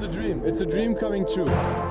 a dream. It's a dream coming true.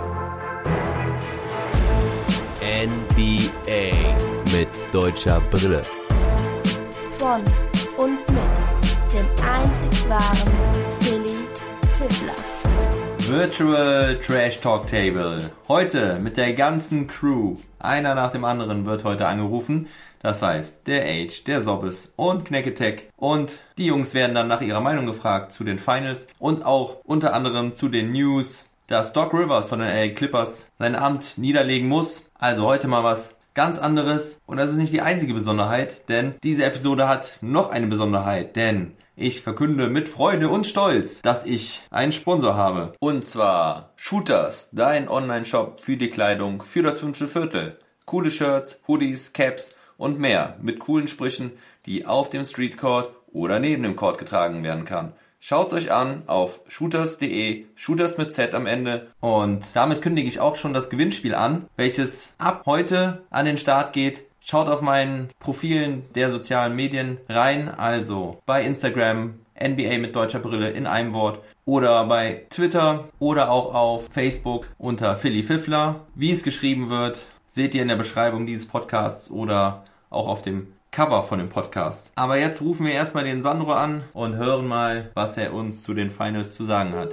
NBA mit deutscher Brille. Von und mit dem einzig wahren Philly Fiddler. Virtual Trash Talk Table. Heute mit der ganzen Crew. Einer nach dem anderen wird heute angerufen. Das heißt, der Age, der Sobbes und Knecketech. Und die Jungs werden dann nach ihrer Meinung gefragt zu den Finals und auch unter anderem zu den News, dass Doc Rivers von den LA Clippers sein Amt niederlegen muss. Also heute mal was ganz anderes. Und das ist nicht die einzige Besonderheit, denn diese Episode hat noch eine Besonderheit, denn ich verkünde mit Freude und Stolz, dass ich einen Sponsor habe. Und zwar Shooters, dein Online-Shop für die Kleidung für das 5. Viertel. Coole Shirts, Hoodies, Caps und mehr mit coolen Sprüchen, die auf dem Streetcourt oder neben dem Court getragen werden kann. Schaut's euch an auf shooters.de, Shooters mit Z am Ende. Und damit kündige ich auch schon das Gewinnspiel an, welches ab heute an den Start geht. Schaut auf meinen Profilen der sozialen Medien rein, also bei Instagram, NBA mit deutscher Brille in einem Wort, oder bei Twitter oder auch auf Facebook unter Philly Fiddler. Wie es geschrieben wird, seht ihr in der Beschreibung dieses Podcasts oder auch auf dem Cover von dem Podcast. Aber jetzt rufen wir erstmal den Sandro an und hören mal, was er uns zu den Finals zu sagen hat.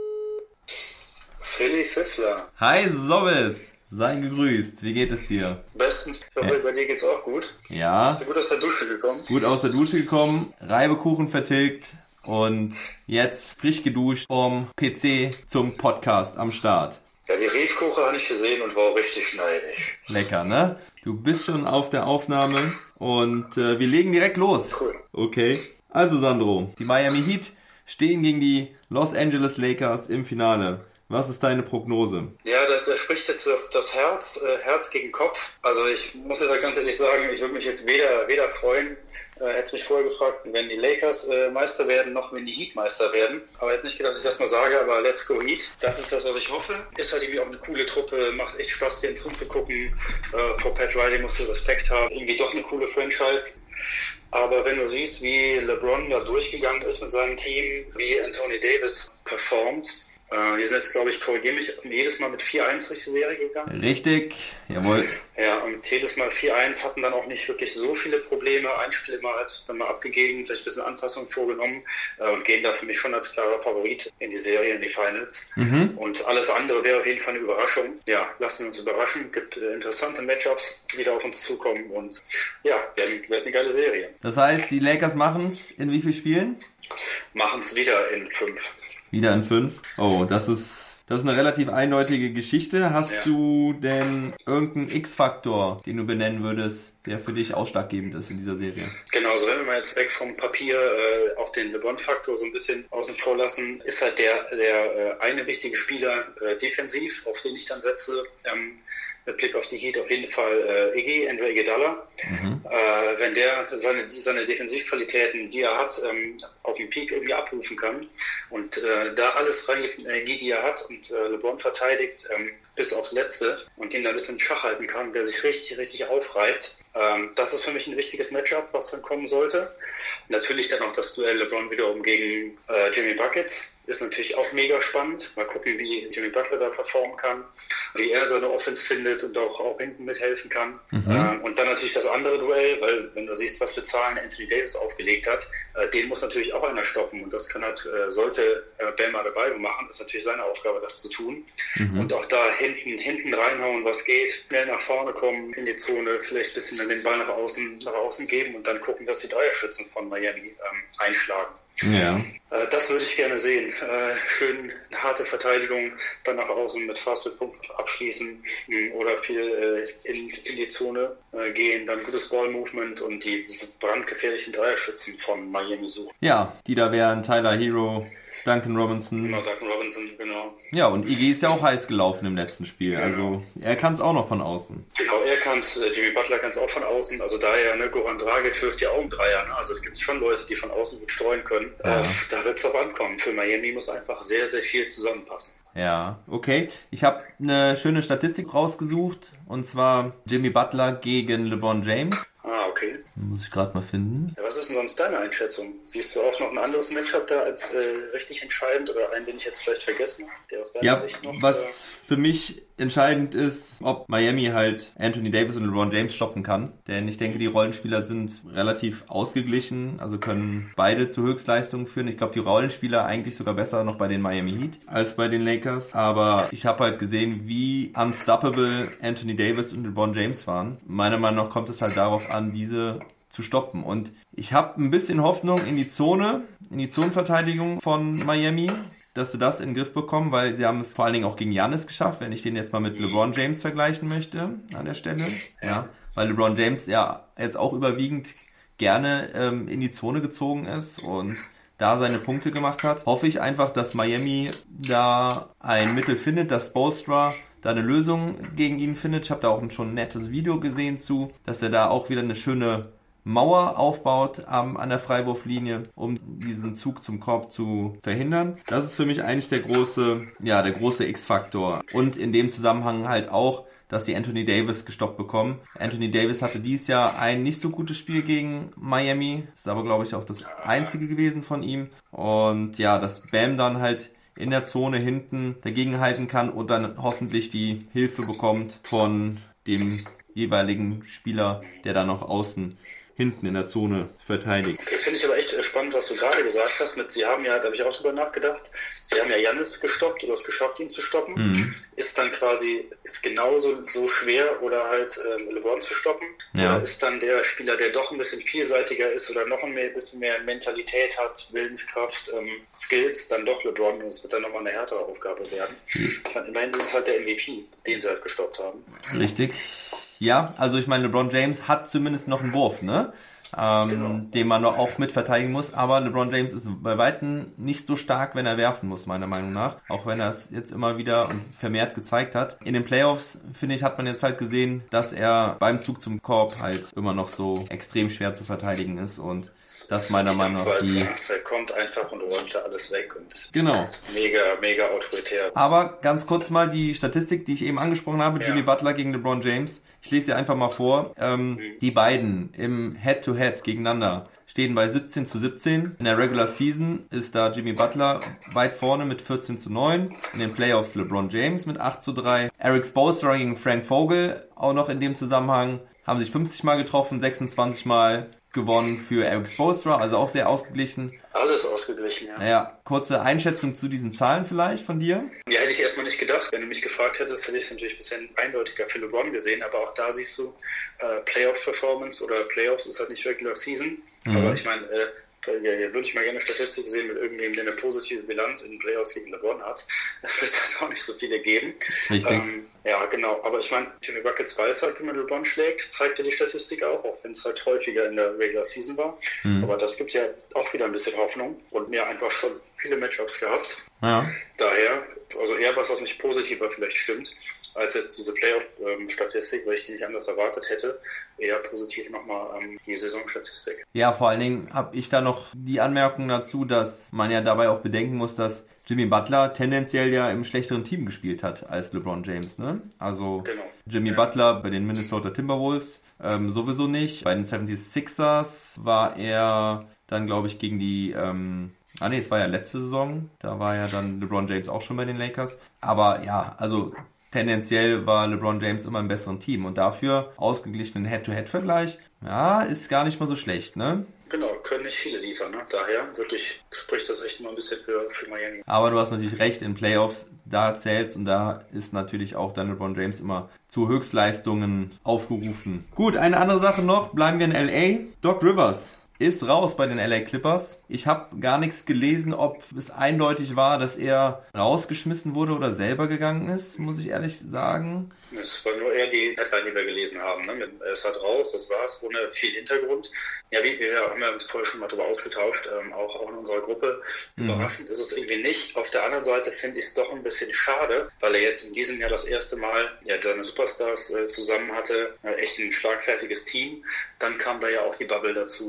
Philly Fiddler. Hi Sobbes! Sei gegrüßt. Wie geht es dir? Bestens. Ich hoffe, bei dir geht's auch gut. Ja. Bist du gut aus der Dusche gekommen? Gut aus der Dusche gekommen, Reibekuchen vertilgt und jetzt frisch geduscht vom PC zum Podcast am Start. Ja, die Riefkuche habe ich gesehen und war auch richtig schneidig. Lecker, ne? Du bist schon auf der Aufnahme und wir legen direkt los. Cool. Okay. Also Sandro, die Miami Heat stehen gegen die Los Angeles Lakers im Finale. Was ist deine Prognose? Ja, da spricht jetzt das Herz gegen Kopf. Also ich muss jetzt ganz ehrlich sagen, ich würde mich jetzt weder freuen, hätte mich vorher gefragt, wenn die Lakers Meister werden, noch wenn die Heat Meister werden. Aber ich hätte nicht gedacht, dass ich das mal sage, aber let's go Heat. Das ist das, was ich hoffe. Ist halt irgendwie auch eine coole Truppe, macht echt Spaß, denen zuzugucken. Vor Pat Riley musst du Respekt haben. Irgendwie doch eine coole Franchise. Aber wenn du siehst, wie LeBron da durchgegangen ist mit seinem Team, wie Anthony Davis performt, wir sind jetzt, glaube ich, korrigiere mich, jedes Mal mit 4-1 durch die Serie gegangen. Richtig, jawohl. Ja, und jedes Mal 4-1 hatten dann auch nicht wirklich so viele Probleme. Ein Spiel immer hat dann mal abgegeben, vielleicht ein bisschen Anpassung vorgenommen und gehen da für mich schon als klarer Favorit in die Serie, in die Finals. Und alles andere wäre auf jeden Fall eine Überraschung. Ja, lassen wir uns überraschen. Gibt interessante Matchups, die da auf uns zukommen und ja, wird eine geile Serie. Das heißt, die Lakers machen es in wie vielen Spielen? Machen es wieder in 5. Wieder in 5? Oh, das ist eine relativ eindeutige Geschichte. Hast du denn irgendeinen X-Faktor, den du benennen würdest, der für dich ausschlaggebend ist in dieser Serie? Genau, also wenn wir mal jetzt weg vom Papier auch den LeBron-Faktor so ein bisschen außen vor lassen, ist halt der eine wichtige Spieler defensiv, auf den ich dann setze, mit Blick auf die Heat auf jeden Fall Andrew Iguodala. Wenn der seine Defensivqualitäten, die er hat, auf dem Peak irgendwie abrufen kann und da alles reingibt in Energie, die er hat und LeBron verteidigt bis aufs Letzte und ihn da ein bisschen in Schach halten kann, der sich richtig, richtig aufreibt. Das ist für mich ein wichtiges Matchup, was dann kommen sollte. Natürlich dann auch das Duell LeBron wiederum gegen Jimmy Buckets. Ist natürlich auch mega spannend. Mal gucken, wie Jimmy Butler da performen kann, wie er seine Offense findet und auch hinten mithelfen kann. Und dann natürlich das andere Duell, weil wenn du siehst, was für Zahlen Anthony Davis aufgelegt hat, den muss natürlich auch einer stoppen. Und das kann halt, sollte Bam Adebayo machen, das ist natürlich seine Aufgabe, das zu tun. Und auch da hinten reinhauen, was geht, schnell nach vorne kommen in die Zone, vielleicht ein bisschen dann den Ball nach außen geben und dann gucken, dass die Dreierschützen von Miami einschlagen. Ja. Das würde ich gerne sehen. Schön eine harte Verteidigung, dann nach außen mit Fastbreak-Punkten abschließen oder viel in die Zone gehen, dann gutes Ball-Movement und die brandgefährlichen Dreierschützen von Miami suchen. Ja, die da wären Tyler Hero, Duncan Robinson. Genau, Duncan Robinson, genau. Ja, und Iggy ist ja auch heiß gelaufen im letzten Spiel. Genau. Also er kann es auch noch von außen. Genau, er kann es, Jimmy Butler kann es auch von außen. Also daher, Goran Dragic wirft ja auch einen Dreier. Ne? Also da gibt es schon Leute, die von außen gut streuen können. Ja. Da wird es drauf ankommen. Für Miami muss einfach sehr, sehr viel zusammenpassen. Ja, okay. Ich habe eine schöne Statistik rausgesucht. Und zwar Jimmy Butler gegen LeBron James. Ah, okay. Muss ich gerade mal finden. Ja, was ist denn sonst deine Einschätzung? Siehst du auch noch ein anderes Matchup da als richtig entscheidend oder einen, den ich jetzt vielleicht vergessen habe, der aus deiner Sicht noch... Was für mich entscheidend ist, ob Miami halt Anthony Davis und LeBron James stoppen kann. Denn ich denke, die Rollenspieler sind relativ ausgeglichen, also können beide zu Höchstleistungen führen. Ich glaube, die Rollenspieler eigentlich sogar besser noch bei den Miami Heat als bei den Lakers. Aber ich habe halt gesehen, wie unstoppable Anthony Davis und LeBron James waren. Meiner Meinung nach kommt es halt darauf an, diese zu stoppen. Und ich habe ein bisschen Hoffnung in die Zonenverteidigung von Miami, dass sie das in den Griff bekommen, weil sie haben es vor allen Dingen auch gegen Giannis geschafft, wenn ich den jetzt mal mit LeBron James vergleichen möchte an der Stelle. Ja, weil LeBron James ja jetzt auch überwiegend gerne in die Zone gezogen ist und da seine Punkte gemacht hat. Hoffe ich einfach, dass Miami da ein Mittel findet, dass Spoelstra da eine Lösung gegen ihn findet. Ich habe da auch schon ein nettes Video gesehen zu, dass er da auch wieder eine schöne Mauer aufbaut an der Freiwurflinie, um diesen Zug zum Korb zu verhindern. Das ist für mich eigentlich der große X-Faktor. Und in dem Zusammenhang halt auch, dass die Anthony Davis gestoppt bekommen. Anthony Davis hatte dieses Jahr ein nicht so gutes Spiel gegen Miami. Ist aber, glaube ich, auch das einzige gewesen von ihm. Und ja, dass Bam dann halt in der Zone hinten dagegenhalten kann und dann hoffentlich die Hilfe bekommt von dem jeweiligen Spieler, der dann noch außen hinten in der Zone verteidigt. Okay, finde ich aber echt spannend, was du gerade gesagt hast. Sie haben ja, da habe ich auch drüber nachgedacht, sie haben ja Giannis gestoppt oder es geschafft, ihn zu stoppen. Mhm. Ist dann quasi genauso so schwer oder halt LeBron zu stoppen? Ja. Oder ist dann der Spieler, der doch ein bisschen vielseitiger ist oder noch ein bisschen mehr Mentalität hat, Willenskraft, Skills, dann doch LeBron und es wird dann nochmal eine härtere Aufgabe werden? Immerhin ist es halt der MVP, den sie halt gestoppt haben. Richtig. Ja, also ich meine, LeBron James hat zumindest noch einen Wurf, ne? Den man noch auch mit verteidigen muss, aber LeBron James ist bei Weitem nicht so stark, wenn er werfen muss, meiner Meinung nach. Auch wenn er es jetzt immer wieder und vermehrt gezeigt hat. In den Playoffs, finde ich, hat man jetzt halt gesehen, dass er beim Zug zum Korb halt immer noch so extrem schwer zu verteidigen ist und das meiner Meinung nach Er kommt einfach und räumt da alles weg und genau. Mega autoritär. Aber ganz kurz mal die Statistik, die ich eben angesprochen habe, Jimmy Butler gegen LeBron James. Ich lese sie einfach mal vor. Die beiden im Head-to-Head gegeneinander stehen bei 17:17. In der Regular Season ist da Jimmy Butler weit vorne mit 14:9. In den Playoffs LeBron James mit 8:3. Eric Spoelstra gegen Frank Vogel auch noch in dem Zusammenhang. Haben sich 50 Mal getroffen, 26 Mal gewonnen für Eric Spoelstra, also auch sehr ausgeglichen. Alles ausgeglichen, ja. Naja, kurze Einschätzung zu diesen Zahlen vielleicht von dir? Ja, hätte ich erstmal nicht gedacht. Wenn du mich gefragt hättest, hätte ich es natürlich ein bisschen eindeutiger für LeBron gesehen, aber auch da siehst du, Playoff-Performance oder Playoffs ist halt nicht Regular Season, aber ich meine, hier würde ich mal gerne eine Statistik sehen mit irgendjemandem, der eine positive Bilanz in den Playoffs gegen LeBron hat. Da wird es auch nicht so viele geben. Richtig. Ja, genau. Aber ich meine, Jimmy Buckets weiß halt, wie man LeBron schlägt, zeigt ja die Statistik auch wenn es halt häufiger in der Regular Season war. Aber das gibt ja auch wieder ein bisschen Hoffnung und mir einfach schon viele Matchups gehabt. Ja. Daher, also eher was mich positiver vielleicht stimmt, als jetzt diese Playoff-Statistik, weil ich die nicht anders erwartet hätte. Eher positiv nochmal die Saisonstatistik. Ja, vor allen Dingen habe ich da noch die Anmerkung dazu, dass man ja dabei auch bedenken muss, dass Jimmy Butler tendenziell ja im schlechteren Team gespielt hat als LeBron James, ne? Also genau. Jimmy Butler bei den Minnesota Timberwolves sowieso nicht. Bei den 76ers war er dann, glaube ich, gegen die... es war ja letzte Saison. Da war ja dann LeBron James auch schon bei den Lakers. Aber ja, also... Tendenziell war LeBron James immer im besseren Team und dafür ausgeglichenen Head-to-Head-Vergleich, ja, ist gar nicht mal so schlecht, ne? Genau, können nicht viele liefern, ne? Daher wirklich spricht das echt mal ein bisschen für Miami. Aber du hast natürlich recht, in Playoffs, da zählt's und da ist natürlich auch dann LeBron James immer zu Höchstleistungen aufgerufen. Gut, eine andere Sache noch, bleiben wir in LA. Doc Rivers ist raus bei den LA Clippers. Ich habe gar nichts gelesen, ob es eindeutig war, dass er rausgeschmissen wurde oder selber gegangen ist, muss ich ehrlich sagen. Es war nur eher die Headline, die wir gelesen haben. Ne? Er ist halt raus, das war's, ohne viel Hintergrund. Ja, wir haben uns vorher schon mal darüber ausgetauscht, auch in unserer Gruppe. Überraschend ist es irgendwie nicht. Auf der anderen Seite finde ich es doch ein bisschen schade, weil er jetzt in diesem Jahr das erste Mal seine Superstars zusammen hatte. Echt ein schlagfertiges Team. Dann kam da ja auch die Bubble dazu. Es war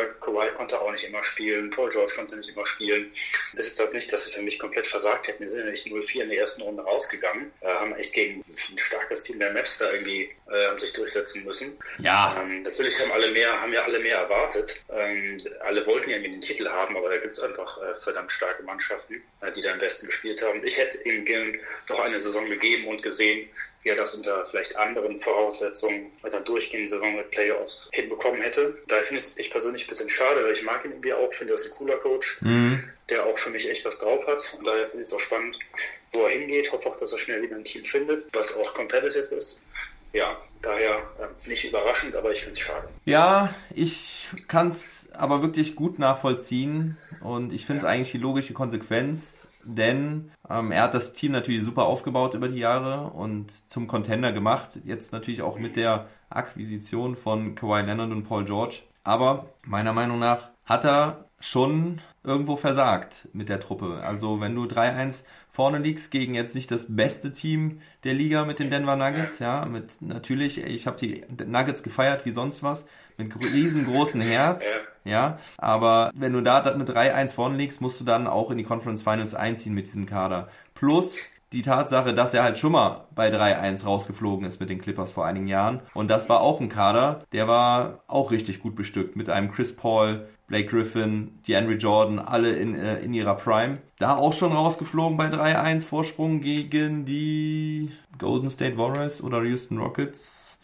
Kawhi konnte auch nicht immer spielen, Paul George konnte nicht immer spielen. Das ist halt nicht, dass sie für mich komplett versagt hätten. Wir sind ja nicht 0-4 in der ersten Runde rausgegangen, haben echt gegen ein starkes Team der Mavs da irgendwie sich durchsetzen müssen. Ja. Natürlich haben ja alle mehr erwartet. Alle wollten ja irgendwie den Titel haben, aber da gibt es einfach verdammt starke Mannschaften, die da am besten gespielt haben. Ich hätte ihm gern noch eine Saison gegeben und gesehen, wie er das unter vielleicht anderen Voraussetzungen mit einer durchgehenden Saison mit Playoffs hinbekommen hätte. Da finde ich persönlich ein bisschen schade, weil ich mag ihn irgendwie auch, finde, er ist ein cooler Coach, der auch für mich echt was drauf hat. Und daher finde ich es auch spannend, wo er hingeht. Hoffe auch, dass er schnell wieder ein Team findet, was auch competitive ist. Ja, daher nicht überraschend, aber ich finde es schade. Ja, ich kann es aber wirklich gut nachvollziehen und ich finde es eigentlich die logische Konsequenz, denn er hat das Team natürlich super aufgebaut über die Jahre und zum Contender gemacht, jetzt natürlich auch mit der Akquisition von Kawhi Leonard und Paul George. Aber meiner Meinung nach hat er schon irgendwo versagt mit der Truppe. Also wenn du 3-1 vorne liegst gegen jetzt nicht das beste Team der Liga mit den Denver Nuggets, ja, mit natürlich, ich habe die Nuggets gefeiert wie sonst was, mit riesengroßem Herz, ja, aber wenn du da mit 3-1 vorne liegst, musst du dann auch in die Conference Finals einziehen mit diesem Kader. Plus die Tatsache, dass er halt schon mal bei 3-1 rausgeflogen ist mit den Clippers vor einigen Jahren. Und das war auch ein Kader, der war auch richtig gut bestückt mit einem Chris Paul, Blake Griffin, DeAndre Jordan, alle in ihrer Prime. Da auch schon rausgeflogen bei 3-1 Vorsprung gegen die Golden State Warriors oder Houston Rockets.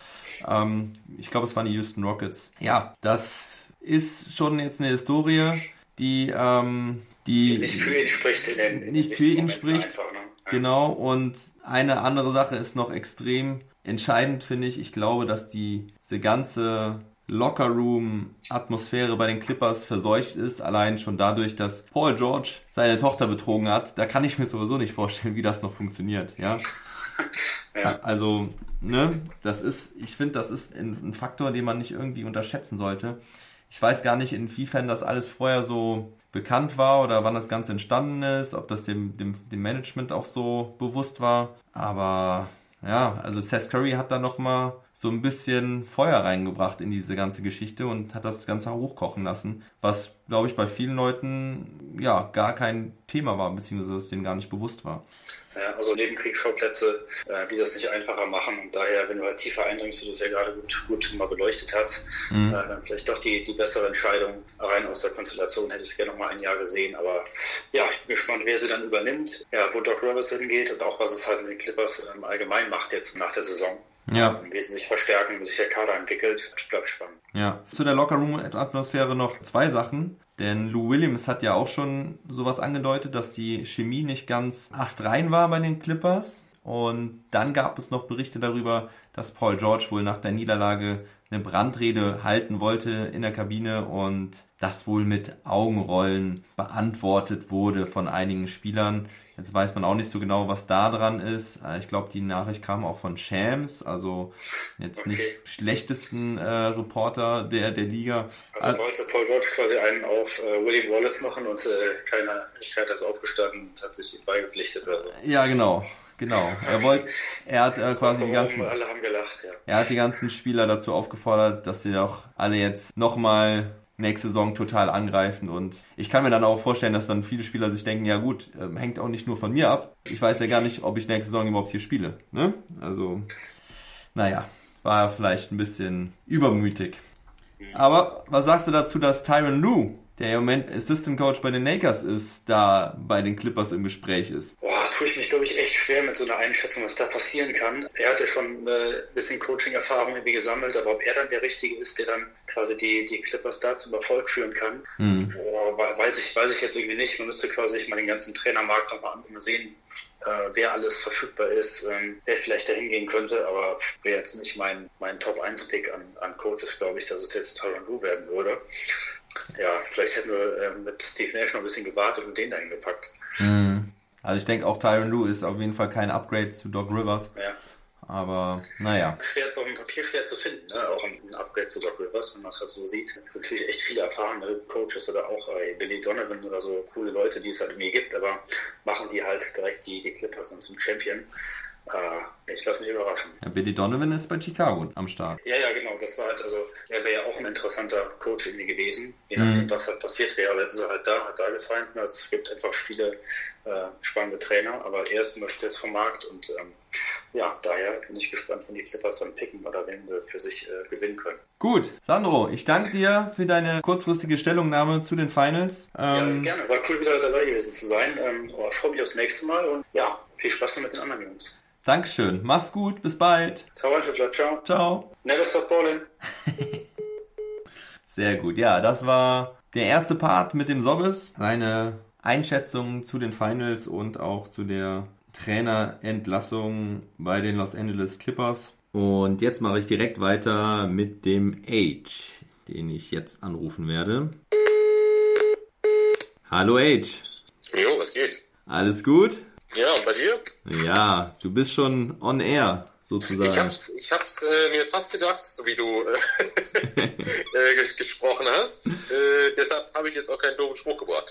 Ich glaube, es waren die Houston Rockets. Ja, das ist schon jetzt eine Historie, die nicht für ihn spricht. Nicht für ihn spricht. Einfach, ne? Genau, und eine andere Sache ist noch extrem entscheidend, finde ich. Ich glaube, dass diese ganze Lockerroom-Atmosphäre bei den Clippers verseucht ist, allein schon dadurch, dass Paul George seine Tochter betrogen hat. Da kann ich mir sowieso nicht vorstellen, wie das noch funktioniert, ja. Ja. Also, ne, ich finde, das ist ein Faktor, den man nicht irgendwie unterschätzen sollte. Ich weiß gar nicht, inwiefern das alles vorher so bekannt war oder wann das Ganze entstanden ist, ob das dem Management auch so bewusst war. Aber ja, also Seth Curry hat da nochmal so ein bisschen Feuer reingebracht in diese ganze Geschichte und hat das Ganze hochkochen lassen, was, glaube ich, bei vielen Leuten ja gar kein Thema war, beziehungsweise es denen gar nicht bewusst war. Ja, also Nebenkriegsschauplätze, die das nicht einfacher machen und daher, wenn du halt tiefer eindringst, wie du es ja gerade gut mal beleuchtet hast, dann vielleicht doch die bessere Entscheidung rein aus der Konstellation, hätte ich es gerne noch mal ein Jahr gesehen, aber ja, ich bin gespannt, wer sie dann übernimmt, ja, wo Doc Rivers hingeht und auch was es halt mit den Clippers allgemein macht jetzt nach der Saison. Ja. Wie sie sich verstärken, wie sich der Kader entwickelt, bleibt spannend. Ja. Zu der Lockerroom-Atmosphäre noch 2 Sachen. Denn Lou Williams hat ja auch schon sowas angedeutet, dass die Chemie nicht ganz astrein war bei den Clippers. Und dann gab es noch Berichte darüber, dass Paul George wohl nach der Niederlage eine Brandrede halten wollte in der Kabine und das wohl mit Augenrollen beantwortet wurde von einigen Spielern. Jetzt weiß man auch nicht so genau, was da dran ist. Ich glaube, die Nachricht kam auch von Shams, also jetzt nicht schlechtesten Reporter der Liga. Also wollte Paul George quasi einen auf William Wallace machen und keiner ist aufgestanden und hat sich ihm beigepflichtet oder so. Ja, genau. Er hat quasi alle haben gelacht, ja. Er hat die ganzen Spieler dazu aufgefordert, dass sie doch alle jetzt nochmal nächste Saison total angreifen und ich kann mir dann auch vorstellen, dass dann viele Spieler sich denken, ja gut, hängt auch nicht nur von mir ab. Ich weiß ja gar nicht, ob ich nächste Saison überhaupt hier spiele, ne? Also, naja, war vielleicht ein bisschen übermütig. Aber was sagst du dazu, dass Tyronn Lue, der im Moment Assistant Coach bei den Lakers ist, da bei den Clippers im Gespräch ist? Boah, tue ich mich, glaube ich, echt schwer mit so einer Einschätzung, was da passieren kann. Er hat ja schon ein bisschen Coaching-Erfahrung irgendwie gesammelt, aber ob er dann der Richtige ist, der dann quasi die Clippers da zum Erfolg führen kann, weiß ich jetzt irgendwie nicht. Man müsste quasi mal den ganzen Trainermarkt nochmal sehen, wer alles verfügbar ist, wer vielleicht dahin gehen könnte, aber wäre jetzt nicht mein Top-1-Pick an Coaches, glaube ich, dass es jetzt Tyronn Lue werden würde. Ja, vielleicht hätten wir mit Steve Nash noch ein bisschen gewartet und den dahin gepackt. Also ich denke auch Tyronn Lue ist auf jeden Fall kein Upgrade zu Doc Rivers. Ja. Aber, naja. Schwer auf dem Papier schwer zu finden, ne? Auch ein Upgrade zu Doc Rivers, wenn man es halt so sieht. Natürlich echt viele erfahrene Coaches oder auch Billy Donovan oder so coole Leute, die es halt irgendwie gibt, aber machen die halt direkt die Clippers dann zum Champion. Ich lasse mich überraschen. Ja, Billy Donovan ist bei Chicago am Start. Ja, genau, das war halt, also er wäre ja auch ein interessanter Coach irgendwie gewesen, je nachdem, was halt passiert wäre. Aber jetzt ist er halt da, hat da alles rein. Also es gibt einfach viele spannende Trainer, aber er ist zum Beispiel jetzt vom Markt und daher bin ich gespannt, wenn die Clippers dann picken oder wen wir für sich gewinnen können. Gut, Sandro, ich danke dir für deine kurzfristige Stellungnahme zu den Finals. Ja, gerne. War cool, wieder dabei gewesen zu sein. Ich freue mich aufs nächste Mal und ja, viel Spaß mit den anderen Jungs. Dankeschön. Mach's gut. Bis bald. Ciao, ciao. Ciao. Never stop ballin'. Sehr gut. Ja, das war der erste Part mit dem Sobbes. Seine Einschätzung zu den Finals und auch zu der Trainerentlassung bei den Los Angeles Clippers. Und jetzt mache ich direkt weiter mit dem Age, den ich jetzt anrufen werde. Hallo Age. Jo, was geht? Alles gut? Ja, und bei dir? Ja, du bist schon on air, sozusagen. Ich hab's mir fast gedacht, so wie du gesprochen hast. Deshalb habe ich jetzt auch keinen doofen Spruch gebracht.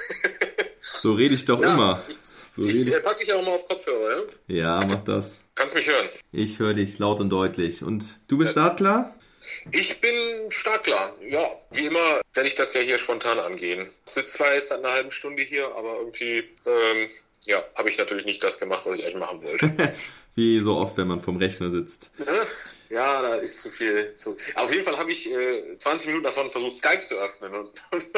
So rede ich doch immer. Ich packe dich auch mal auf Kopfhörer, ja? Ja, mach das. Kannst mich hören? Ich höre dich laut und deutlich. Und du bist startklar? Ich bin startklar. Ja, wie immer werde ich das ja hier spontan angehen. Ich sitze zwar jetzt seit einer halben Stunde hier, aber irgendwie habe ich natürlich nicht das gemacht, was ich eigentlich machen wollte. Wie so oft, wenn man vom Rechner sitzt. Ja, da ist zu viel. Auf jeden Fall habe ich 20 Minuten davon versucht, Skype zu öffnen und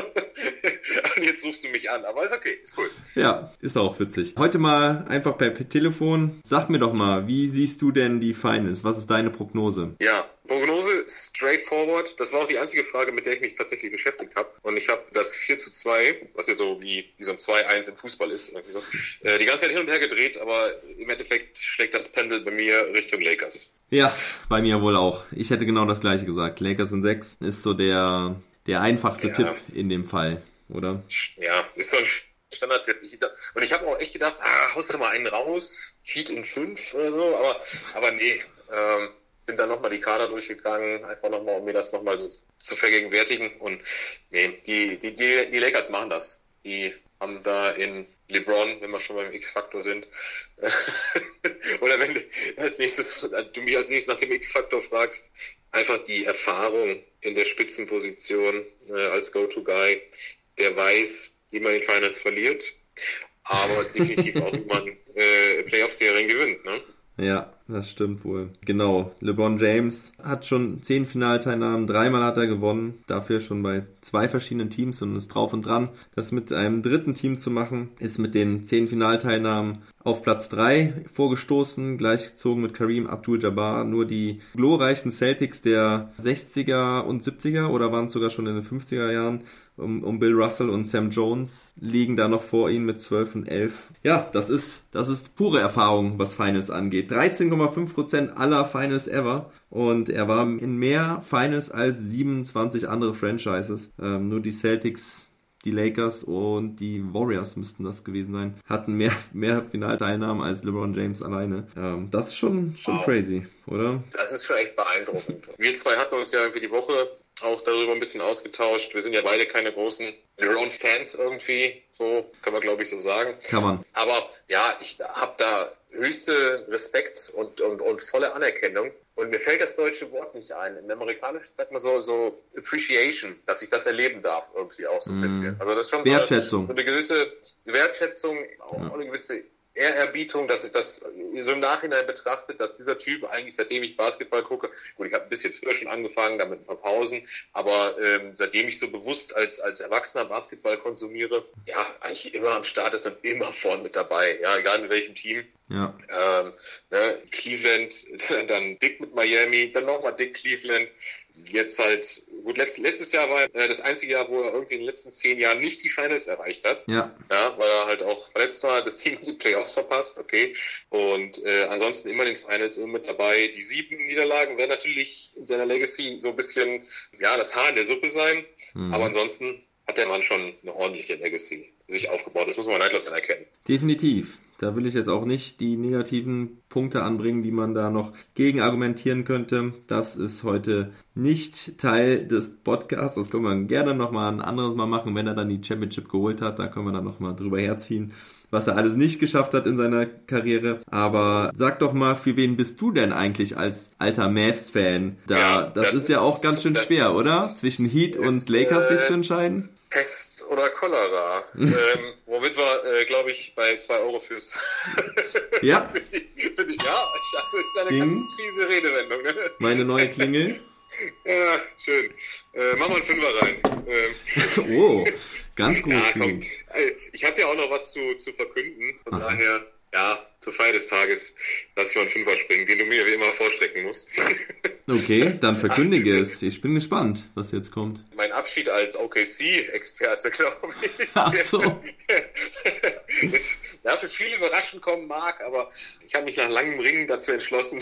jetzt rufst du mich an. Aber ist okay, ist cool. Ja, ist auch witzig. Heute mal einfach per Telefon. Sag mir doch mal, wie siehst du denn die Finals? Was ist deine Prognose? Ja, Prognose straightforward. Das war auch die einzige Frage, mit der ich mich tatsächlich beschäftigt habe. Und ich habe das 4:2, was ja so wie so ein 2-1 im Fußball ist, die ganze Zeit hin und her gedreht, aber im Endeffekt schlägt das Pendel bei mir Richtung Lakers. Ja, bei mir wohl auch. Ich hätte genau das gleiche gesagt. Lakers in 6 ist so der einfachste Tipp in dem Fall, oder? Ja, ist so ein Standard-Tipp. Und ich habe auch echt gedacht, haust du mal einen raus, Heat in 5 oder so, aber nee, bin dann nochmal die Kader durchgegangen, einfach nochmal, um mir das nochmal so zu vergegenwärtigen. Und nee, die Lakers machen das. Die haben da in LeBron, wenn wir schon beim X-Faktor sind, oder wenn du mich als nächstes nach dem X-Faktor fragst, einfach die Erfahrung in der Spitzenposition als Go-To-Guy, der weiß, wie man in Finals verliert, aber definitiv auch, wie man Playoff-Serien gewinnt, ne? Ja, das stimmt wohl. Genau. LeBron James hat schon 10 Finalteilnahmen, 3-mal hat er gewonnen. Dafür schon bei 2 verschiedenen Teams und ist drauf und dran. Das mit einem dritten Team zu machen, ist mit den 10 Finalteilnahmen auf Platz 3 vorgestoßen, gleichgezogen mit Kareem Abdul-Jabbar. Nur die glorreichen Celtics der 60er und 70er oder waren es sogar schon in den 50er Jahren um Bill Russell und Sam Jones liegen da noch vor ihnen mit 12 und 11. Ja, das ist pure Erfahrung, was Finals angeht. 13,5% aller Finals ever. Und er war in mehr Finals als 27 andere Franchises. Nur die Celtics, die Lakers und die Warriors müssten das gewesen sein, hatten mehr Finalteilnahmen als LeBron James alleine. Das ist schon crazy, oder? Das ist schon echt beeindruckend. Wir zwei hatten uns ja für die Woche auch darüber ein bisschen ausgetauscht. Wir sind ja beide keine großen LeBron-Fans irgendwie, so kann man glaube ich so sagen. Kann man. Aber ja, ich habe da höchste Respekt und volle Anerkennung. Und mir fällt das deutsche Wort nicht ein. Im Amerikanischen sagt man so Appreciation, dass ich das erleben darf irgendwie auch so ein bisschen. Also das ist schon Wertschätzung. So eine gewisse Wertschätzung, auch eine gewisse Ehrerbietung, dass ich das so im Nachhinein betrachtet, dass dieser Typ eigentlich, seitdem ich Basketball gucke, gut, ich habe ein bisschen früher schon angefangen, damit ein paar Pausen, aber seitdem ich so bewusst als Erwachsener Basketball konsumiere, ja, eigentlich immer am Start ist und immer vorn mit dabei, ja, egal mit welchem Team. Ja. Cleveland, dann Dick mit Miami, dann nochmal Dick Cleveland. Jetzt halt, gut, letztes Jahr war das einzige Jahr, wo er irgendwie in den letzten 10 Jahren nicht die Finals erreicht hat. Ja. Ja, weil er halt auch verletzt war, das Team die Playoffs verpasst, okay. Und ansonsten immer in den Finals immer mit dabei. Die 7 Niederlagen werden natürlich in seiner Legacy so ein bisschen, ja, das Haar in der Suppe sein. Mhm. Aber ansonsten hat der Mann schon eine ordentliche Legacy sich aufgebaut. Das muss man neidlos anerkennen. Definitiv. Da will ich jetzt auch nicht die negativen Punkte anbringen, die man da noch gegen argumentieren könnte. Das ist heute nicht Teil des Podcasts. Das können wir gerne nochmal ein anderes Mal machen, wenn er dann die Championship geholt hat. Da können wir dann nochmal drüber herziehen, was er alles nicht geschafft hat in seiner Karriere. Aber sag doch mal, für wen bist du denn eigentlich als alter Mavs-Fan? Das ist ja auch ganz schön schwer, oder? Zwischen Heat und Lakers sich zu entscheiden? Pest oder Cholera. Womit wir, glaube ich, bei 2 Euro fürs... Ja. Das ist eine ganz fiese Redewendung. Ne? Meine neue Klingel. Ja, schön. Mach mal einen Fünfer rein. Oh, ganz gut. Ja, komm. Ich habe ja auch noch was zu verkünden. Von daher, ja, zur Feier des Tages lass ich mal einen Fünfer springen, den du mir wie immer vorstecken musst. Okay, dann verkündige es. Ich bin gespannt, was jetzt kommt. Mein Abschied als OKC-Experte, glaube ich. Ach so. Ja, für viele überraschend kommen mag, aber ich habe mich nach langem Ringen dazu entschlossen.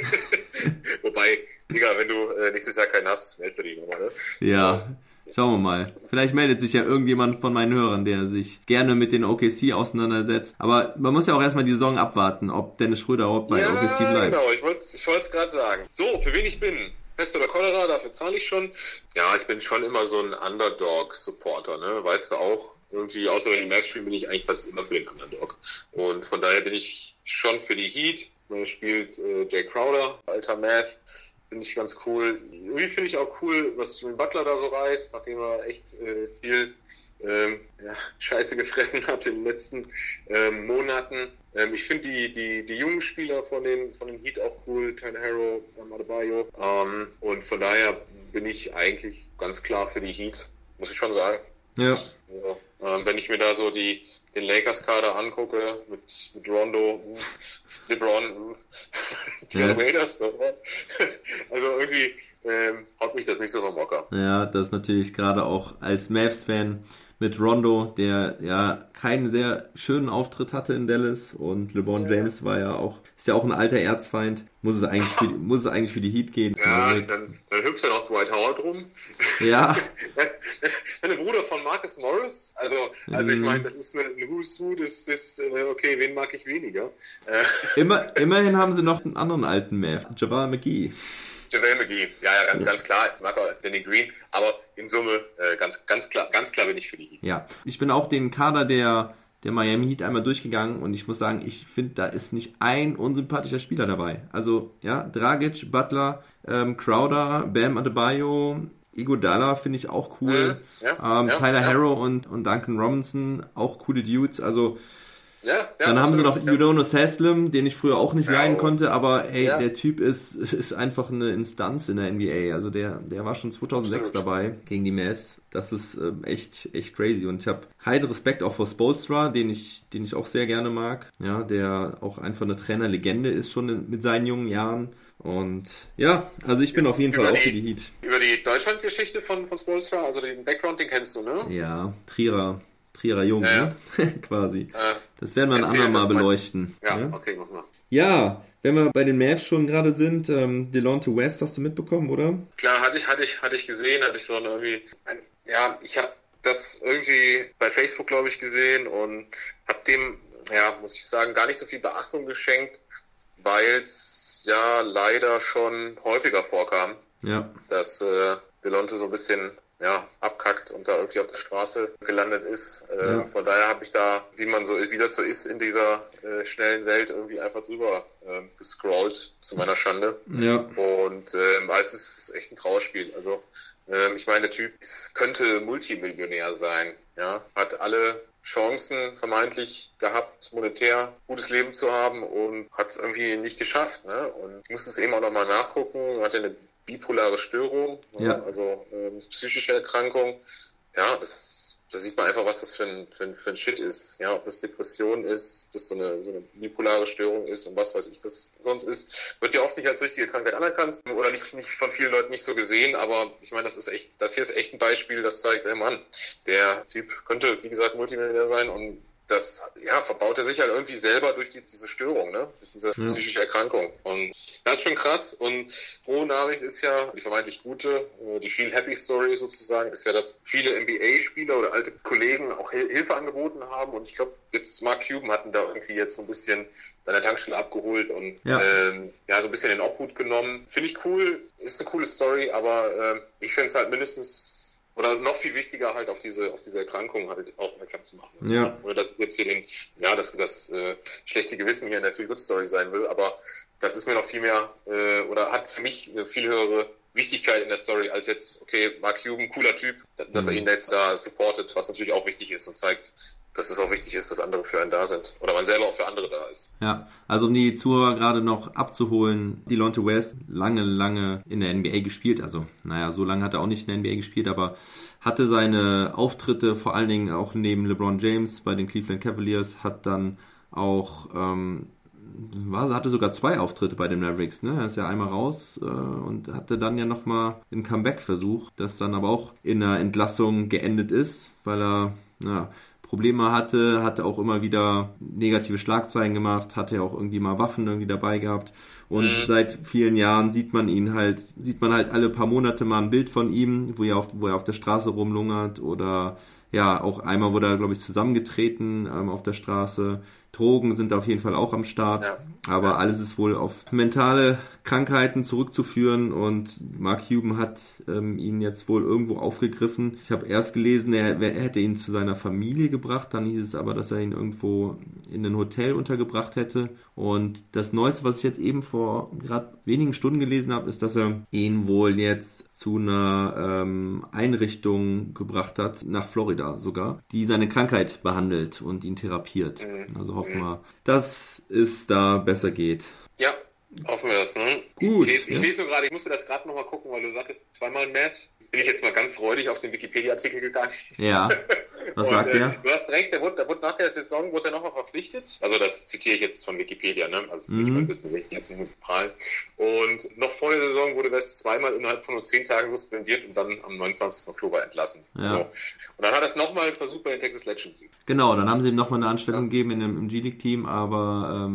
Wobei, Digga, wenn du nächstes Jahr keinen hast, meldest du dich nochmal, ne? Ja, schauen wir mal. Vielleicht meldet sich ja irgendjemand von meinen Hörern, der sich gerne mit den OKC auseinandersetzt. Aber man muss ja auch erstmal die Saison abwarten, ob Dennis Schröder überhaupt bei OKC bleibt. Genau, ich wollte es gerade sagen. So, für wen ich bin? Pest oder Cholera, dafür zahle ich schon. Ja, ich bin schon immer so ein Underdog-Supporter, ne? Weißt du auch? Irgendwie, außer wenn ich Mavs spiele, bin ich eigentlich fast immer für den Underdog. Und von daher bin ich schon für die Heat. Da spielt Jay Crowder, alter Mav. Finde ich ganz cool. Irgendwie finde ich auch cool, was Jimmy Butler da so reißt, nachdem er echt viel Scheiße gefressen hat in den letzten Monaten. Ich finde die jungen Spieler von den Heat auch cool, Tyler Herro, Adebayo. Und von daher bin ich eigentlich ganz klar für die Heat, muss ich schon sagen. Ja. Wenn ich mir da so den Lakers-Kader angucke, mit Rondo, LeBron, die Raiders, also irgendwie haut mich das nicht so vom Hocker. Ja, das ist natürlich gerade auch als Mavs-Fan mit Rondo, der ja keinen sehr schönen Auftritt hatte in Dallas, und LeBron James ist ja auch ein alter Erzfeind, muss es eigentlich für die Heat gehen. Ja, dann hüpft ja noch Dwight Howard rum. Ja. Der Bruder von Marcus Morris, also ich meine, das ist ein Who's Who, das ist, okay, wen mag ich weniger? Immerhin haben sie noch einen anderen alten Mav, JaVale McGee. JaVale McGee, ganz klar, ich mag auch Danny Green, aber in Summe ganz klar bin ich für die Heat. Ja, ich bin auch den Kader der Miami Heat einmal durchgegangen, und ich muss sagen, ich finde, da ist nicht ein unsympathischer Spieler dabei. Also, ja, Dragic, Butler, Crowder, Bam Adebayo, Iguodala finde ich auch cool. Tyler Herro und Duncan Robinson, auch coole Dudes. Also, dann haben sie noch Udonis Haslem, den ich früher auch nicht leiden konnte, aber der Typ ist einfach eine Instanz in der NBA. Also der war schon 2006 dabei gegen die Mavs. Das ist echt crazy, und ich habe heiden Respekt auch vor Spoelstra, den ich auch sehr gerne mag. Ja, der auch einfach eine Trainerlegende ist schon mit seinen jungen Jahren. Und ja, also ich bin auf jeden Fall auch für die Heat. Über die Deutschlandgeschichte von Spoelstra, also den Background, den kennst du, ne? Ja, Trierer Jung, ne? Quasi. Das werden wir ein andermal beleuchten. Ja, okay, mach mal. Ja, wenn wir bei den Mavs schon gerade sind, Delonte West hast du mitbekommen, oder? Klar, hatte ich gesehen, ich habe das irgendwie bei Facebook, glaube ich, gesehen und habe dem, muss ich sagen, gar nicht so viel Beachtung geschenkt, weil es ja leider schon häufiger vorkam, dass Delonte so ein bisschen abkackt und da irgendwie auf der Straße gelandet ist. Von daher habe ich da, wie das so ist in dieser schnellen Welt, irgendwie einfach drüber gescrollt, zu meiner Schande. Ja. Und es ist echt ein Trauerspiel. Also ich meine, der Typ könnte Multimillionär sein. Ja, hat alle Chancen vermeintlich gehabt, monetär gutes Leben zu haben, und hat es irgendwie nicht geschafft. Ne? Und ich musste es eben auch nochmal nachgucken. Hat ja eine bipolare Störung, also psychische Erkrankung. Ja, da sieht man einfach, was das für ein Shit ist. Ja, ob das Depression ist, ob das so eine bipolare Störung ist und was weiß ich das sonst ist. Wird ja oft nicht als richtige Krankheit anerkannt oder nicht von vielen Leuten nicht so gesehen, aber ich meine, das hier ist echt ein Beispiel, das zeigt, hey Mann, der Typ könnte, wie gesagt, Multimillionär sein, und das verbaut er sich halt irgendwie selber durch diese Störung, ne? Durch diese psychische Erkrankung. Und das ist schon krass. Und frohe Nachricht ist ja, die vermeintlich gute, die Feel Happy Story sozusagen, ist ja, dass viele NBA-Spieler oder alte Kollegen auch Hilfe angeboten haben. Und ich glaube, jetzt Mark Cuban hatten da irgendwie jetzt so ein bisschen an der Tankstelle abgeholt und so ein bisschen in Obhut genommen. Finde ich cool, ist eine coole Story, aber ich finde es halt mindestens oder noch viel wichtiger, halt auf diese Erkrankung halt aufmerksam zu machen. Ja. Oder dass ich jetzt hier das schlechte Gewissen hier in der Feel Good Story sein will, aber das ist mir noch viel mehr, oder hat für mich eine viel höhere Wichtigkeit in der Story als jetzt, okay, Mark Cuban, cooler Typ, dass er ihn jetzt da supportet, was natürlich auch wichtig ist und zeigt, dass es auch wichtig ist, dass andere für einen da sind. Oder man selber auch für andere da ist. Ja, also um die Zuhörer gerade noch abzuholen, Delonte West lange in der NBA gespielt. Also, so lange hat er auch nicht in der NBA gespielt, aber hatte seine Auftritte vor allen Dingen auch neben LeBron James bei den Cleveland Cavaliers, hat dann auch, hatte sogar 2 Auftritte bei den Mavericks, ne? Er ist ja einmal raus und hatte dann ja nochmal einen Comeback-Versuch, das dann aber auch in einer Entlassung geendet ist, weil er, Probleme hatte auch immer wieder negative Schlagzeilen gemacht, hatte ja auch irgendwie mal Waffen irgendwie dabei gehabt und seit vielen Jahren sieht man halt alle paar Monate mal ein Bild von ihm, wo er auf der Straße rumlungert oder auch einmal wurde er, glaube ich, zusammengetreten auf der Straße. Drogen sind auf jeden Fall auch am Start, aber alles ist wohl auf mentale Krankheiten zurückzuführen und Mark Cuban hat ihn jetzt wohl irgendwo aufgegriffen. Ich habe erst gelesen, er hätte ihn zu seiner Familie gebracht, dann hieß es aber, dass er ihn irgendwo in ein Hotel untergebracht hätte und das Neueste, was ich jetzt eben vor gerade wenigen Stunden gelesen habe, ist, dass er ihn wohl jetzt zu einer Einrichtung gebracht hat, nach Florida sogar, die seine Krankheit behandelt und ihn therapiert. Also hoffen wir, dass es da besser geht. Ja, hoffen wir das, ne? Gut. Ich lese nur gerade, ich musste das gerade nochmal gucken, weil du sagtest, 2-mal Matt. Bin ich jetzt mal ganz freudig auf den Wikipedia-Artikel gegangen. Ja, was sagt er? Du hast recht, der wurde nach der Saison nochmal verpflichtet. Also das zitiere ich jetzt von Wikipedia, ne? Also nicht mein Wissen, ich jetzt nicht prahlen. Und noch vor der Saison wurde West 2-mal innerhalb von nur 10 Tagen suspendiert und dann am 29. Oktober entlassen. Ja. So. Und dann hat er es nochmal versucht bei den Texas Legends. Genau, dann haben sie ihm nochmal eine Anstellung gegeben im G-League-Team, aber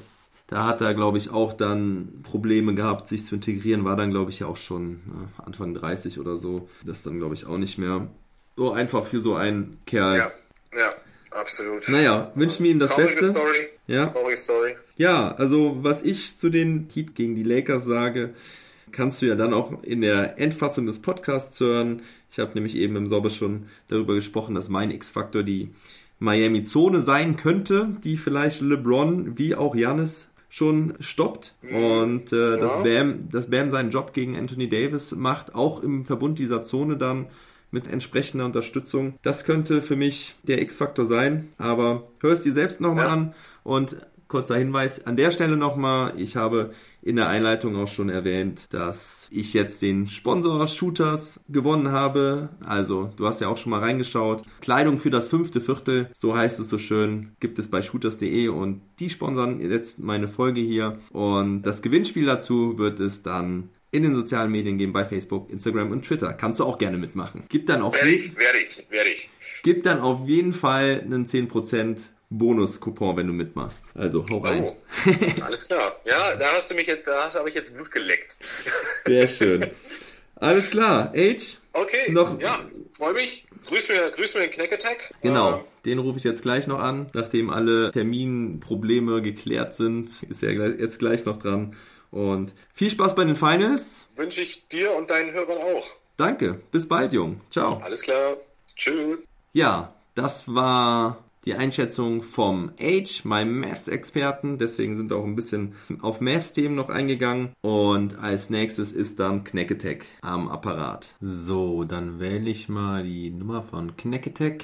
da hat er, glaube ich, auch dann Probleme gehabt, sich zu integrieren. War dann, glaube ich, ja auch schon Anfang 30 oder so. Das ist dann, glaube ich, auch nicht mehr so einfach für so einen Kerl. Ja, absolut. Naja, wünschen wir ihm das Beste. Traurige Story. Ja, also was ich zu den Heat gegen die Lakers sage, kannst du ja dann auch in der Endfassung des Podcasts hören. Ich habe nämlich eben im Sorbes schon darüber gesprochen, dass mein X-Faktor die Miami-Zone sein könnte, die vielleicht LeBron wie auch Giannis schon stoppt und dass Bam seinen Job gegen Anthony Davis macht, auch im Verbund dieser Zone dann mit entsprechender Unterstützung. Das könnte für mich der X-Faktor sein, aber hör es dir selbst nochmal an und kurzer Hinweis an der Stelle nochmal, ich habe in der Einleitung auch schon erwähnt, dass ich jetzt den Sponsor Shooters gewonnen habe. Also, du hast ja auch schon mal reingeschaut. Kleidung für das 5. Viertel, so heißt es so schön, gibt es bei shooters.de und die sponsern jetzt meine Folge hier. Und das Gewinnspiel dazu wird es dann in den sozialen Medien geben, bei Facebook, Instagram und Twitter. Kannst du auch gerne mitmachen. Gibt dann auf Gibt dann auf jeden Fall einen 10% Bonus-Coupon, wenn du mitmachst. Also, hau rein. Oh, alles klar. Ja, da habe ich jetzt Blut geleckt. Sehr schön. Alles klar. H? Okay, freue mich. Grüß mir den Knack Attack. Genau, den rufe ich jetzt gleich noch an. Nachdem alle Terminprobleme geklärt sind, ist er jetzt gleich noch dran. Und viel Spaß bei den Finals. Wünsche ich dir und deinen Hörern auch. Danke. Bis bald, Jung. Ciao. Alles klar. Tschüss. Ja, das war die Einschätzung vom H, meinem Mavs-Experten. Deswegen sind wir auch ein bisschen auf Mavs-Themen noch eingegangen. Und als nächstes ist dann Knack Attack am Apparat. So, dann wähle ich mal die Nummer von Knack Attack.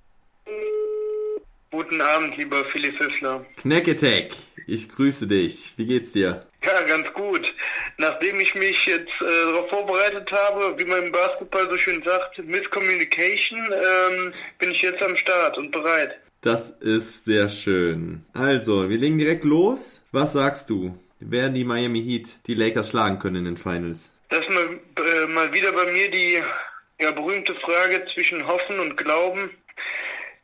Guten Abend, lieber Philipp Fischler. Knack Attack, ich grüße dich. Wie geht's dir? Ja, ganz gut. Nachdem ich mich jetzt darauf vorbereitet habe, wie man im Basketball so schön sagt, Miscommunication, bin ich jetzt am Start und bereit. Das ist sehr schön. Also, wir legen direkt los. Was sagst du? Werden die Miami Heat die Lakers schlagen können in den Finals? Das ist mal wieder bei mir die berühmte Frage zwischen Hoffen und Glauben.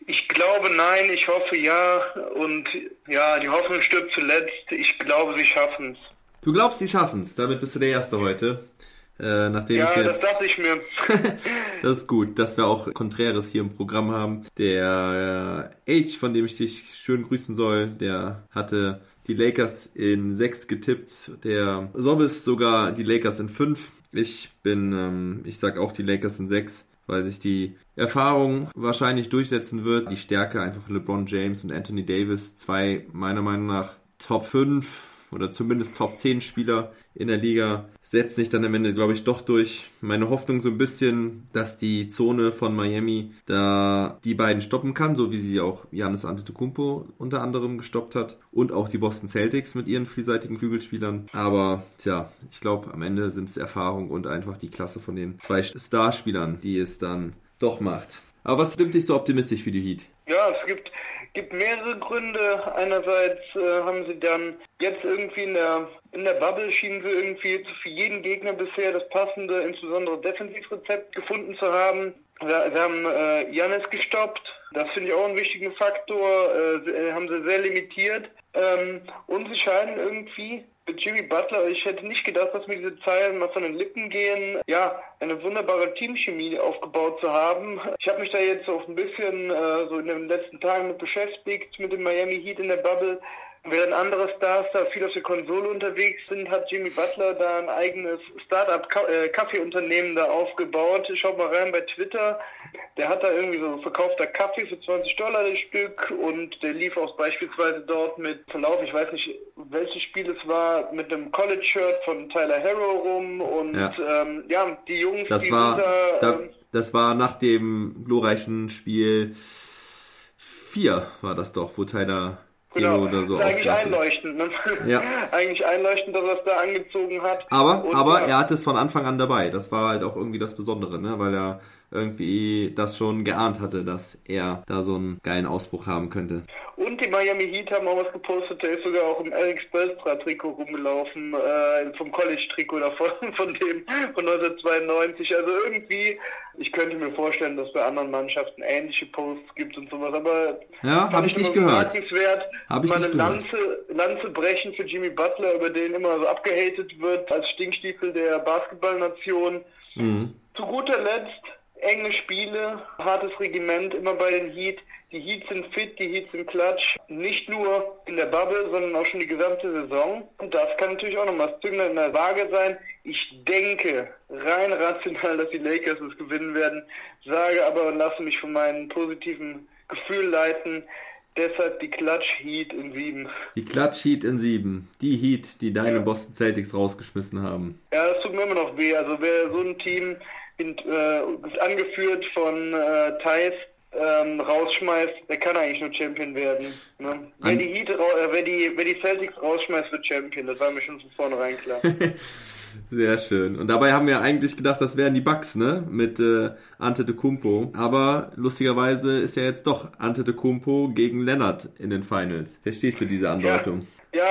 Ich glaube nein, ich hoffe ja. Und ja, die Hoffnung stirbt zuletzt. Ich glaube, sie schaffen es. Du glaubst, sie schaffen es. Damit bist du der Erste heute. Nachdem ich jetzt... das dachte ich mir. Das ist gut, dass wir auch Konträres hier im Programm haben. Der H, von dem ich dich schön grüßen soll, der hatte die Lakers in 6 getippt. Der Sobbes sogar die Lakers in 5. Ich sag auch die Lakers in 6, weil sich die Erfahrung wahrscheinlich durchsetzen wird. Die Stärke einfach LeBron James und Anthony Davis, 2 meiner Meinung nach Top 5 oder zumindest Top 10 Spieler in der Liga, setzt sich dann am Ende, glaube ich, doch durch. Meine Hoffnung so ein bisschen, dass die Zone von Miami da die beiden stoppen kann, so wie sie auch Giannis Antetokounmpo unter anderem gestoppt hat und auch die Boston Celtics mit ihren vielseitigen Flügelspielern. Aber ich glaube, am Ende sind es Erfahrung und einfach die Klasse von den 2 Starspielern, die es dann doch macht. Aber was stimmt dich so optimistisch für die Heat? Ja, es gibt mehrere Gründe. Einerseits haben sie dann jetzt irgendwie in der Bubble schienen sie irgendwie für jeden Gegner bisher das passende, insbesondere Defensivrezept gefunden zu haben. Wir haben Giannis gestoppt. Das finde ich auch einen wichtigen Faktor. Haben sie sehr limitiert. Und sie scheinen irgendwie mit Jimmy Butler, ich hätte nicht gedacht, dass mir diese Zeilen mal von den Lippen gehen, ja, eine wunderbare Teamchemie aufgebaut zu haben. Ich habe mich da jetzt auch ein bisschen so in den letzten Tagen mit beschäftigt, mit dem Miami Heat in der Bubble. Während andere Stars da viel auf der Konsole unterwegs sind, hat Jimmy Butler da ein eigenes Start-up-Kaffeeunternehmen da aufgebaut. Schaut mal rein bei Twitter. Der hat da irgendwie so verkaufter Kaffee für $20 das Stück und der lief auch beispielsweise dort mit Verlauf, ich weiß nicht, welches Spiel es war, mit einem College-Shirt von Tyler Herro rum und die Jungs, das war nach dem glorreichen Spiel 4 war das doch, wo Tyler Genau, oder so das ist eigentlich einleuchtend, ne? Ja. Eigentlich einleuchtend, dass er es da angezogen hat. Aber er hat es von Anfang an dabei. Das war halt auch irgendwie das Besondere, ne? Weil er irgendwie das schon geahnt hatte, dass er da so einen geilen Ausbruch haben könnte. Und die Miami Heat haben auch was gepostet, der ist sogar auch im Eric Spoelstra-Trikot rumgelaufen, vom College-Trikot davon, von 1992. Also irgendwie, ich könnte mir vorstellen, dass bei anderen Mannschaften ähnliche Posts gibt und sowas, aber ja, habe ich nicht gehört. Habe ich nicht gehört. Lanze brechen für Jimmy Butler, über den immer so abgehatet wird, als Stinkstiefel der Basketballnation. Mhm. Zu guter Letzt, enge Spiele, hartes Regiment immer bei den Heat. Die Heats sind fit, die Heats sind klatsch. Nicht nur in der Bubble, sondern auch schon die gesamte Saison. Und das kann natürlich auch nochmal das Zünglein in der Waage sein. Ich denke rein rational, dass die Lakers es gewinnen werden. Sage aber und lasse mich von meinem positiven Gefühl leiten. Deshalb die Klatsch-Heat in 7. Die Klatsch-Heat in 7. Die Heat, die deine Boston Celtics rausgeschmissen haben. Ja, das tut mir immer noch weh. Also wer so ein Team angeführt von Theis rausschmeißt, der kann eigentlich nur Champion werden. Ne? Wer die Celtics rausschmeißt, wird Champion. Das war mir schon von vornherein klar. Sehr schön. Und dabei haben wir eigentlich gedacht, das wären die Bucks, ne? Mit Antetokounmpo. Aber lustigerweise ist ja jetzt doch Antetokounmpo gegen Leonard in den Finals. Verstehst du diese Andeutung? Ja,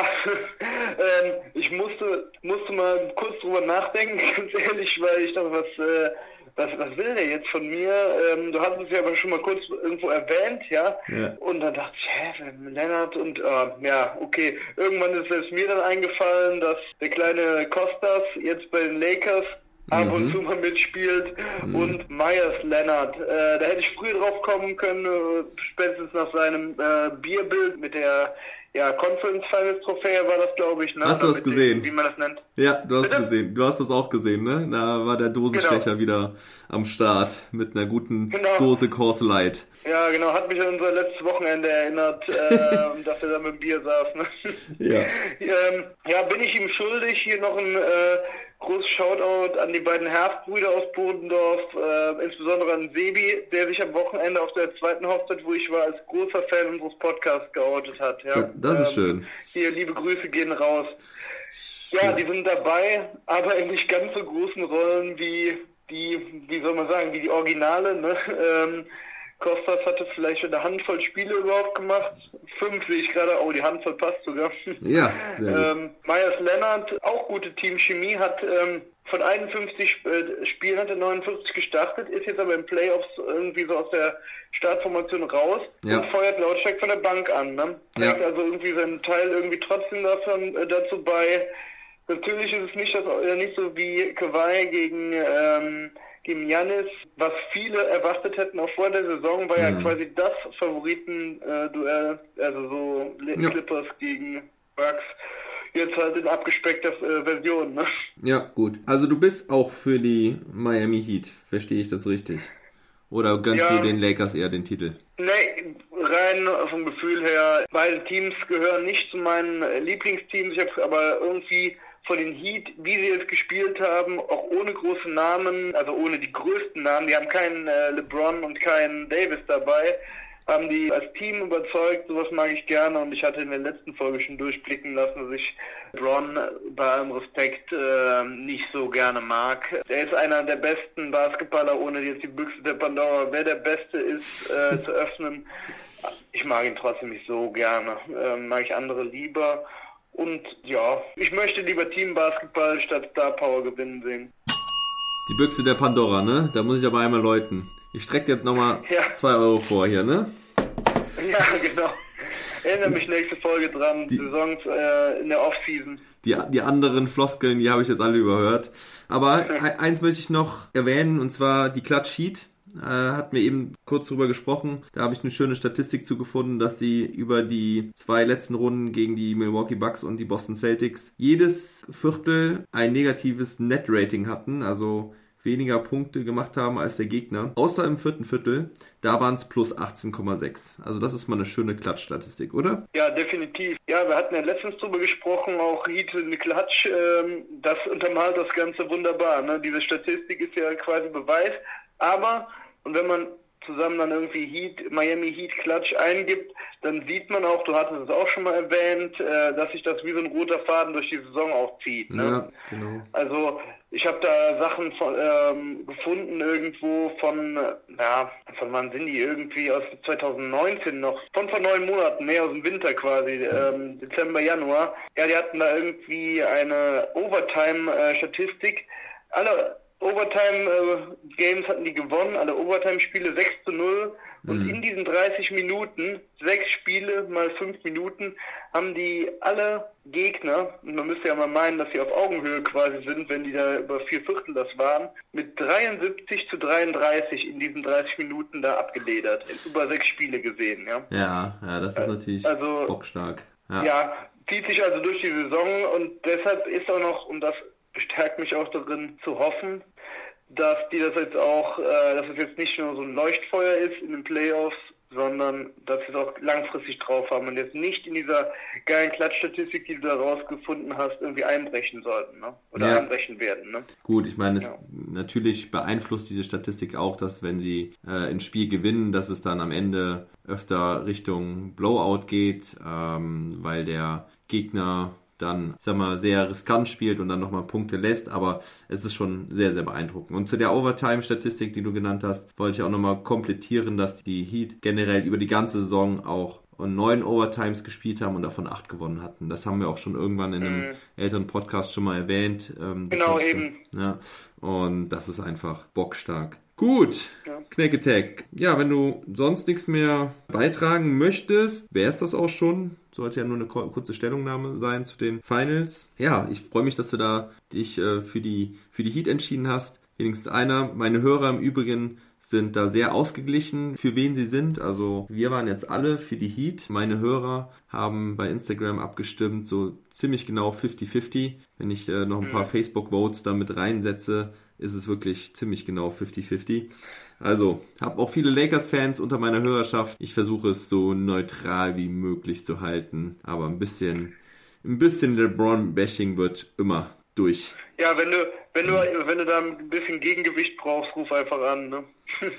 ich musste mal kurz drüber nachdenken, ganz ehrlich, weil ich dachte, was will der jetzt von mir? Du hast es ja aber schon mal kurz irgendwo erwähnt, ja? Und dann dachte ich, Leonard und okay. Irgendwann ist es mir dann eingefallen, dass der kleine Kostas jetzt bei den Lakers ab und zu mal mitspielt und Myers Leonard. Da hätte ich früher drauf kommen können, spätestens nach seinem Bierbild mit der Conference Finals Trophäe war das, glaube ich. Ne? Hast du das gesehen? Wie man das nennt. Ja, du hast gesehen. Du hast das auch gesehen, ne? Da war der Dosenstecher wieder am Start mit einer guten Dose Coors Light. Ja, genau. Hat mich an unser letztes Wochenende erinnert, dass er da mit dem Bier saß. Ne? Ja. Bin ich ihm schuldig. Hier noch ein großes Shoutout an die beiden Herfbrüder aus Bodendorf, insbesondere an Sebi, der sich am Wochenende auf der zweiten Hochzeit, wo ich war, als großer Fan unseres Podcasts geoutet hat. Ja. Das ist schön. Hier, liebe Grüße gehen raus. Ja, die sind dabei, aber in nicht ganz so großen Rollen wie die Originale, ne? Kostas hatte vielleicht eine Handvoll Spiele überhaupt gemacht. 5 sehe ich gerade. Oh, die Handvoll passt sogar. Ja, sehr gut. Myers Leonard, auch gute Teamchemie, hat von 51 Spielen hat er 49 gestartet, ist jetzt aber im Playoffs irgendwie so aus der Startformation raus und feuert lautstark von der Bank an. Ne? Trägt also irgendwie seinen Teil irgendwie trotzdem dazu bei. Natürlich ist es nicht so wie Kawhi gegen Giannis, was viele erwartet hätten auch vor der Saison, war ja quasi das Favoriten-Duell, also so Clippers gegen Bucks. Jetzt halt in abgespeckter Version, ne? Ja, gut. Also du bist auch für die Miami Heat, verstehe ich das richtig? Oder gönnst du den Lakers eher den Titel? Nee, rein vom Gefühl her, beide Teams gehören nicht zu meinen Lieblingsteams. Ich habe aber irgendwie von den Heat, wie sie jetzt gespielt haben, auch ohne große Namen, also ohne die größten Namen, die haben keinen LeBron und keinen Davis dabei, haben die als Team überzeugt, sowas mag ich gerne, und ich hatte in der letzten Folge schon durchblicken lassen, dass ich LeBron bei allem Respekt nicht so gerne mag. Er ist einer der besten Basketballer, ohne jetzt die Büchse der Pandora, wer der Beste ist, zu öffnen. Ich mag ihn trotzdem nicht so gerne, mag ich andere lieber. Und ja, ich möchte lieber Teambasketball statt Star Power gewinnen sehen. Die Büchse der Pandora, ne? Da muss ich aber einmal läuten. Ich strecke jetzt nochmal 2 Euro vor hier, ne? Ja, genau. Erinnere mich nächste Folge dran, Saisons in der Offseason. Die anderen Floskeln, die habe ich jetzt alle überhört. Aber eins möchte ich noch erwähnen, und zwar die Clutch Heat. Hatten wir eben kurz drüber gesprochen. Da habe ich eine schöne Statistik zugefunden, dass sie über die 2 letzten Runden gegen die Milwaukee Bucks und die Boston Celtics jedes Viertel ein negatives Net-Rating hatten, also weniger Punkte gemacht haben als der Gegner. Außer im 4. Viertel, da waren es plus 18,6. Also das ist mal eine schöne Klatsch-Statistik, oder? Ja, definitiv. Ja, wir hatten ja letztens drüber gesprochen, auch Heat in die Klatsch, das untermalt das Ganze wunderbar. Ne? Diese Statistik ist ja quasi Beweis, aber, und wenn man zusammen dann irgendwie Miami Heat Klatsch eingibt, dann sieht man auch, du hattest es auch schon mal erwähnt, dass sich das wie so ein roter Faden durch die Saison auch zieht. Ne? Ja, genau. Also ich habe da Sachen gefunden irgendwo von wann sind die, irgendwie aus 2019 noch, von vor 9 Monaten, aus dem Winter quasi, Dezember, Januar. Ja, die hatten da irgendwie eine Overtime-Statistik. Alle Overtime-Games hatten die gewonnen, alle Overtime-Spiele 6-0, und in diesen 30 Minuten, 6 Spiele mal 5 Minuten, haben die alle Gegner, und man müsste ja mal meinen, dass sie auf Augenhöhe quasi sind, wenn die da über 4 Viertel das waren, mit 73-33 in diesen 30 Minuten da abgeledert, über 6 Spiele gesehen. Ja, das ist natürlich bockstark. Ja, zieht sich also durch die Saison, und deshalb ist auch noch, und das bestärkt mich auch darin zu hoffen, dass die das jetzt auch, dass es jetzt nicht nur so ein Leuchtfeuer ist in den Playoffs, sondern dass sie es auch langfristig drauf haben und jetzt nicht in dieser geilen Klatschstatistik, die du da rausgefunden hast, irgendwie einbrechen sollten, ne? Oder einbrechen werden. Ne? Gut, ich meine, natürlich beeinflusst diese Statistik auch, dass wenn sie ein Spiel gewinnen, dass es dann am Ende öfter Richtung Blowout geht, weil der Gegner dann, sehr riskant spielt und dann nochmal Punkte lässt, aber es ist schon sehr, sehr beeindruckend. Und zu der Overtime-Statistik, die du genannt hast, wollte ich auch nochmal komplettieren, dass die Heat generell über die ganze Saison auch 9 Overtimes gespielt haben und davon 8 gewonnen hatten. Das haben wir auch schon irgendwann in einem älteren Podcast schon mal erwähnt. Genau, eben. Ja, und das ist einfach bockstark. Gut, Knecketeck. Ja, wenn du sonst nichts mehr beitragen möchtest, wäre es das auch schon. Sollte ja nur eine kurze Stellungnahme sein zu den Finals. Ja, ich freue mich, dass du da dich für die Heat entschieden hast. Wenigstens einer. Meine Hörer im Übrigen sind da sehr ausgeglichen, für wen sie sind. Also wir waren jetzt alle für die Heat. Meine Hörer haben bei Instagram abgestimmt, so ziemlich genau 50-50. Wenn ich noch ein paar Facebook-Votes da mit reinsetze, ist es wirklich ziemlich genau 50-50. Also, habe auch viele Lakers-Fans unter meiner Hörerschaft. Ich versuche es so neutral wie möglich zu halten, aber ein bisschen LeBron-Bashing wird immer durch. Ja, wenn du da ein bisschen Gegengewicht brauchst, ruf einfach an, ne?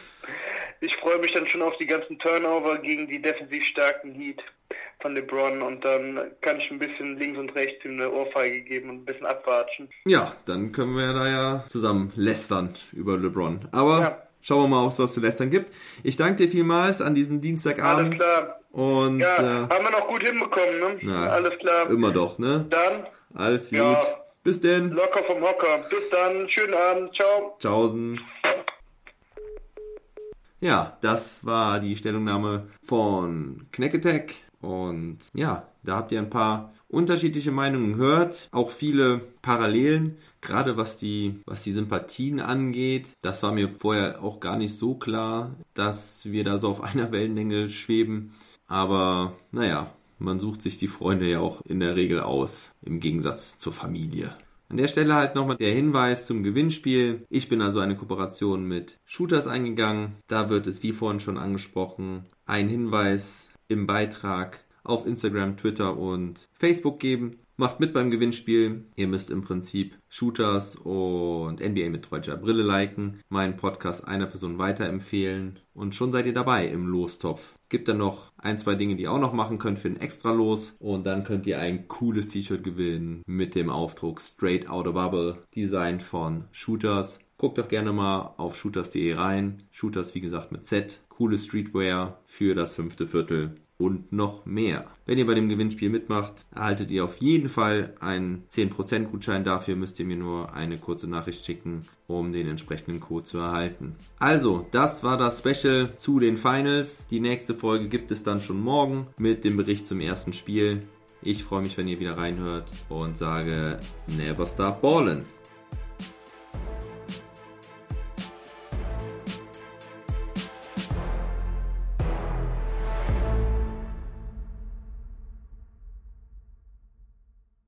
Ich freue mich dann schon auf die ganzen Turnover gegen die defensiv starken Heat von LeBron, und dann kann ich ein bisschen links und rechts ihm eine Ohrfeige geben und ein bisschen abwatschen. Ja, dann können wir da ja zusammen lästern über LeBron. Aber schauen wir mal, ob es was zu lästern gibt. Ich danke dir vielmals an diesem Dienstagabend. Alles klar. Und, haben wir noch gut hinbekommen, ne? Na, alles klar. Immer doch, ne? Dann. Alles gut. Ja. Bis denn. Locker vom Hocker. Bis dann. Schönen Abend. Ciao. Tschaußen. Ja, das war die Stellungnahme von Knack-Attack. Und ja, da habt ihr ein paar unterschiedliche Meinungen gehört. Auch viele Parallelen, gerade was die Sympathien angeht. Das war mir vorher auch gar nicht so klar, dass wir da so auf einer Wellenlänge schweben. Aber naja, man sucht sich die Freunde ja auch in der Regel aus, im Gegensatz zur Familie. An der Stelle halt nochmal der Hinweis zum Gewinnspiel. Ich bin also eine Kooperation mit Shooters eingegangen. Da wird es, wie vorhin schon angesprochen, ein Hinweis im Beitrag auf Instagram, Twitter und Facebook geben. Macht mit beim Gewinnspiel. Ihr müsst im Prinzip Shooters und NBA mit deutscher Brille liken, meinen Podcast einer Person weiterempfehlen und schon seid ihr dabei im Lostopf. Gibt dann noch 1, 2 Dinge, die ihr auch noch machen könnt für ein Extra-Los und dann könnt ihr ein cooles T-Shirt gewinnen mit dem Aufdruck Straight Outta Bubble, Design von Shooters. Guckt doch gerne mal auf shooters.de rein. Shooters, wie gesagt, mit Z. Coole Streetwear für das 5. Viertel. Und noch mehr. Wenn ihr bei dem Gewinnspiel mitmacht, erhaltet ihr auf jeden Fall einen 10% Gutschein. Dafür müsst ihr mir nur eine kurze Nachricht schicken, um den entsprechenden Code zu erhalten. Also, das war das Special zu den Finals. Die nächste Folge gibt es dann schon morgen mit dem Bericht zum ersten Spiel. Ich freue mich, wenn ihr wieder reinhört und sage Never Stop Ballin'.